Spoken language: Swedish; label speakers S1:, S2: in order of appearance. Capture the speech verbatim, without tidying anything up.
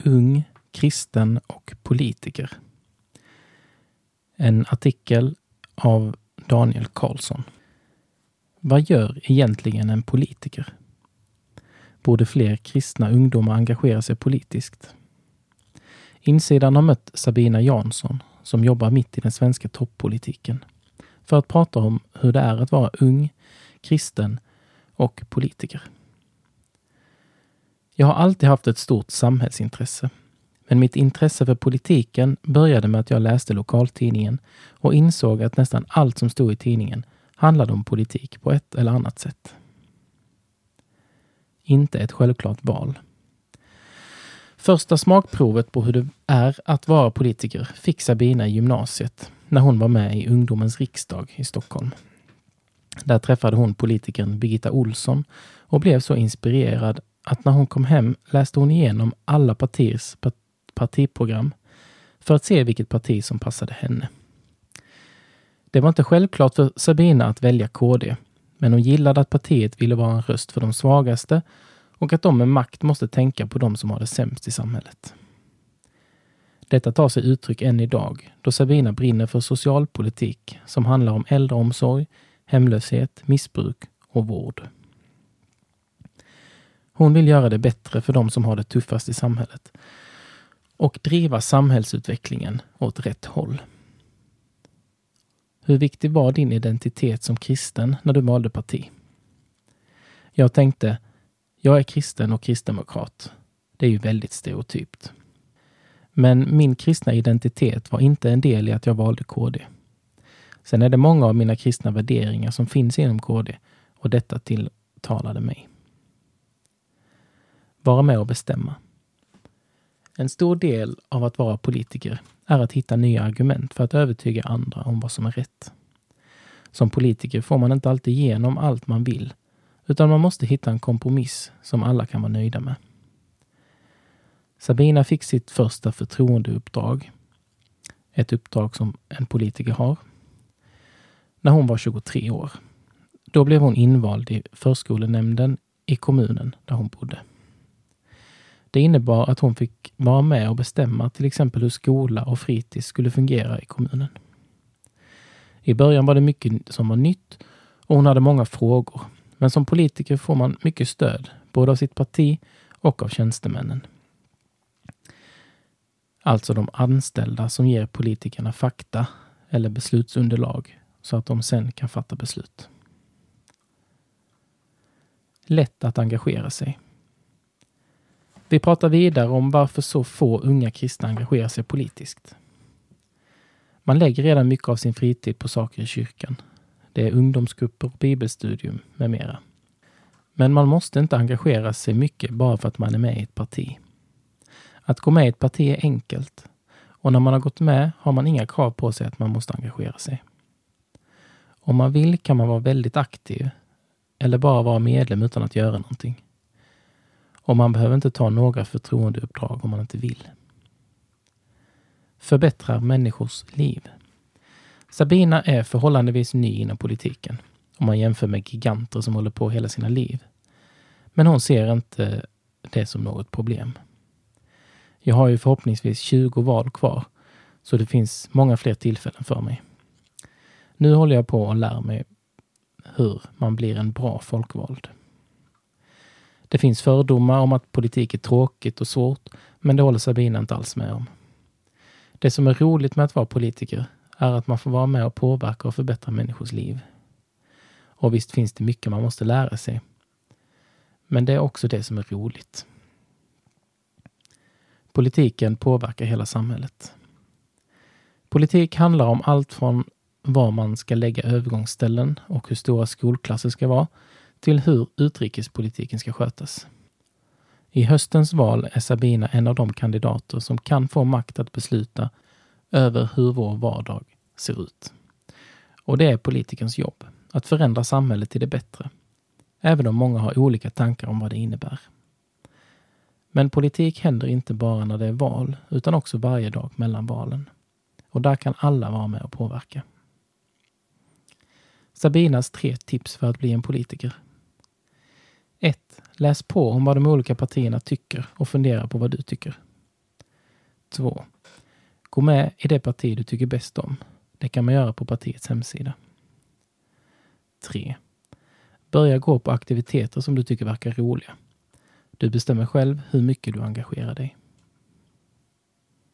S1: Ung, kristen och politiker. En artikel av Daniel Karlsson. Vad gör egentligen en politiker? Borde fler kristna ungdomar engagera sig politiskt? Insidan har mött Sabina Jansson som jobbar mitt i den svenska toppolitiken för att prata om hur det är att vara ung, kristen och politiker. Jag har alltid haft ett stort samhällsintresse, men mitt intresse för politiken började med att jag läste lokaltidningen och insåg att nästan allt som stod i tidningen handlade om politik på ett eller annat sätt. Inte ett självklart val. Första smakprovet på hur det är att vara politiker fick Sabina i gymnasiet när hon var med i Ungdomens riksdag i Stockholm. Där träffade hon politikern Birgitta Olsson och blev så inspirerad att när hon kom hem läste hon igenom alla partiers partiprogram för att se vilket parti som passade henne. Det var inte självklart för Sabina att välja K D, men hon gillade att partiet ville vara en röst för de svagaste och att de med makt måste tänka på de som har det sämst i samhället. Detta tar sig uttryck än idag då Sabina brinner för socialpolitik som handlar om äldreomsorg, hemlöshet, missbruk och vård. Hon vill göra det bättre för de som har det tuffast i samhället och driva samhällsutvecklingen åt rätt håll. Hur viktig var din identitet som kristen när du valde parti? Jag tänkte, jag är kristen och kristdemokrat. Det är ju väldigt stereotypt. Men min kristna identitet var inte en del i att jag valde K D. Sen är det många av mina kristna värderingar som finns inom K D och detta tilltalade mig. Vara med och bestämma. En stor del av att vara politiker är att hitta nya argument för att övertyga andra om vad som är rätt. Som politiker får man inte alltid igenom allt man vill, utan man måste hitta en kompromiss som alla kan vara nöjda med. Sabina fick sitt första förtroendeuppdrag, ett uppdrag som en politiker har, när hon var tjugotre år. Då blev hon invald i förskolenämnden i kommunen där hon bodde. Det innebar att hon fick vara med och bestämma till exempel hur skola och fritids skulle fungera i kommunen. I början var det mycket som var nytt och hon hade många frågor. Men som politiker får man mycket stöd, både av sitt parti och av tjänstemännen. Alltså de anställda som ger politikerna fakta eller beslutsunderlag så att de sen kan fatta beslut. Lätt att engagera sig. Vi pratar vidare om varför så få unga kristna engagerar sig politiskt. Man lägger redan mycket av sin fritid på saker i kyrkan. Det är ungdomsgrupper, bibelstudium med mera. Men man måste inte engagera sig mycket bara för att man är med i ett parti. Att gå med i ett parti är enkelt. Och när man har gått med har man inga krav på sig att man måste engagera sig. Om man vill kan man vara väldigt aktiv eller bara vara medlem utan att göra någonting. Och man behöver inte ta några förtroendeuppdrag om man inte vill. Förbättrar människors liv. Sabina är förhållandevis ny inom politiken om man jämför med giganter som håller på hela sina liv. Men hon ser inte det som något problem. Jag har ju förhoppningsvis tjugo val kvar så det finns många fler tillfällen för mig. Nu håller jag på att lära mig hur man blir en bra folkvald. Det finns fördomar om att politik är tråkigt och svårt, men det håller Sabina inte alls med om. Det som är roligt med att vara politiker är att man får vara med och påverka och förbättra människors liv. Och visst finns det mycket man måste lära sig. Men det är också det som är roligt. Politiken påverkar hela samhället. Politik handlar om allt från var man ska lägga övergångsställen och hur stora skolklasser ska vara till hur utrikespolitiken ska skötas. I höstens val är Sabina en av de kandidater som kan få makt att besluta över hur vår vardag ser ut. Och det är politikens jobb, att förändra samhället till det bättre. Även om många har olika tankar om vad det innebär. Men politik händer inte bara när det är val, utan också varje dag mellan valen. Och där kan alla vara med och påverka. Sabinas tre tips för att bli en politiker. ett. Läs på om vad de olika partierna tycker och fundera på vad du tycker. två. Gå med i det parti du tycker bäst om. Det kan man göra på partiets hemsida. tre. Börja gå på aktiviteter som du tycker verkar roliga. Du bestämmer själv hur mycket du engagerar dig.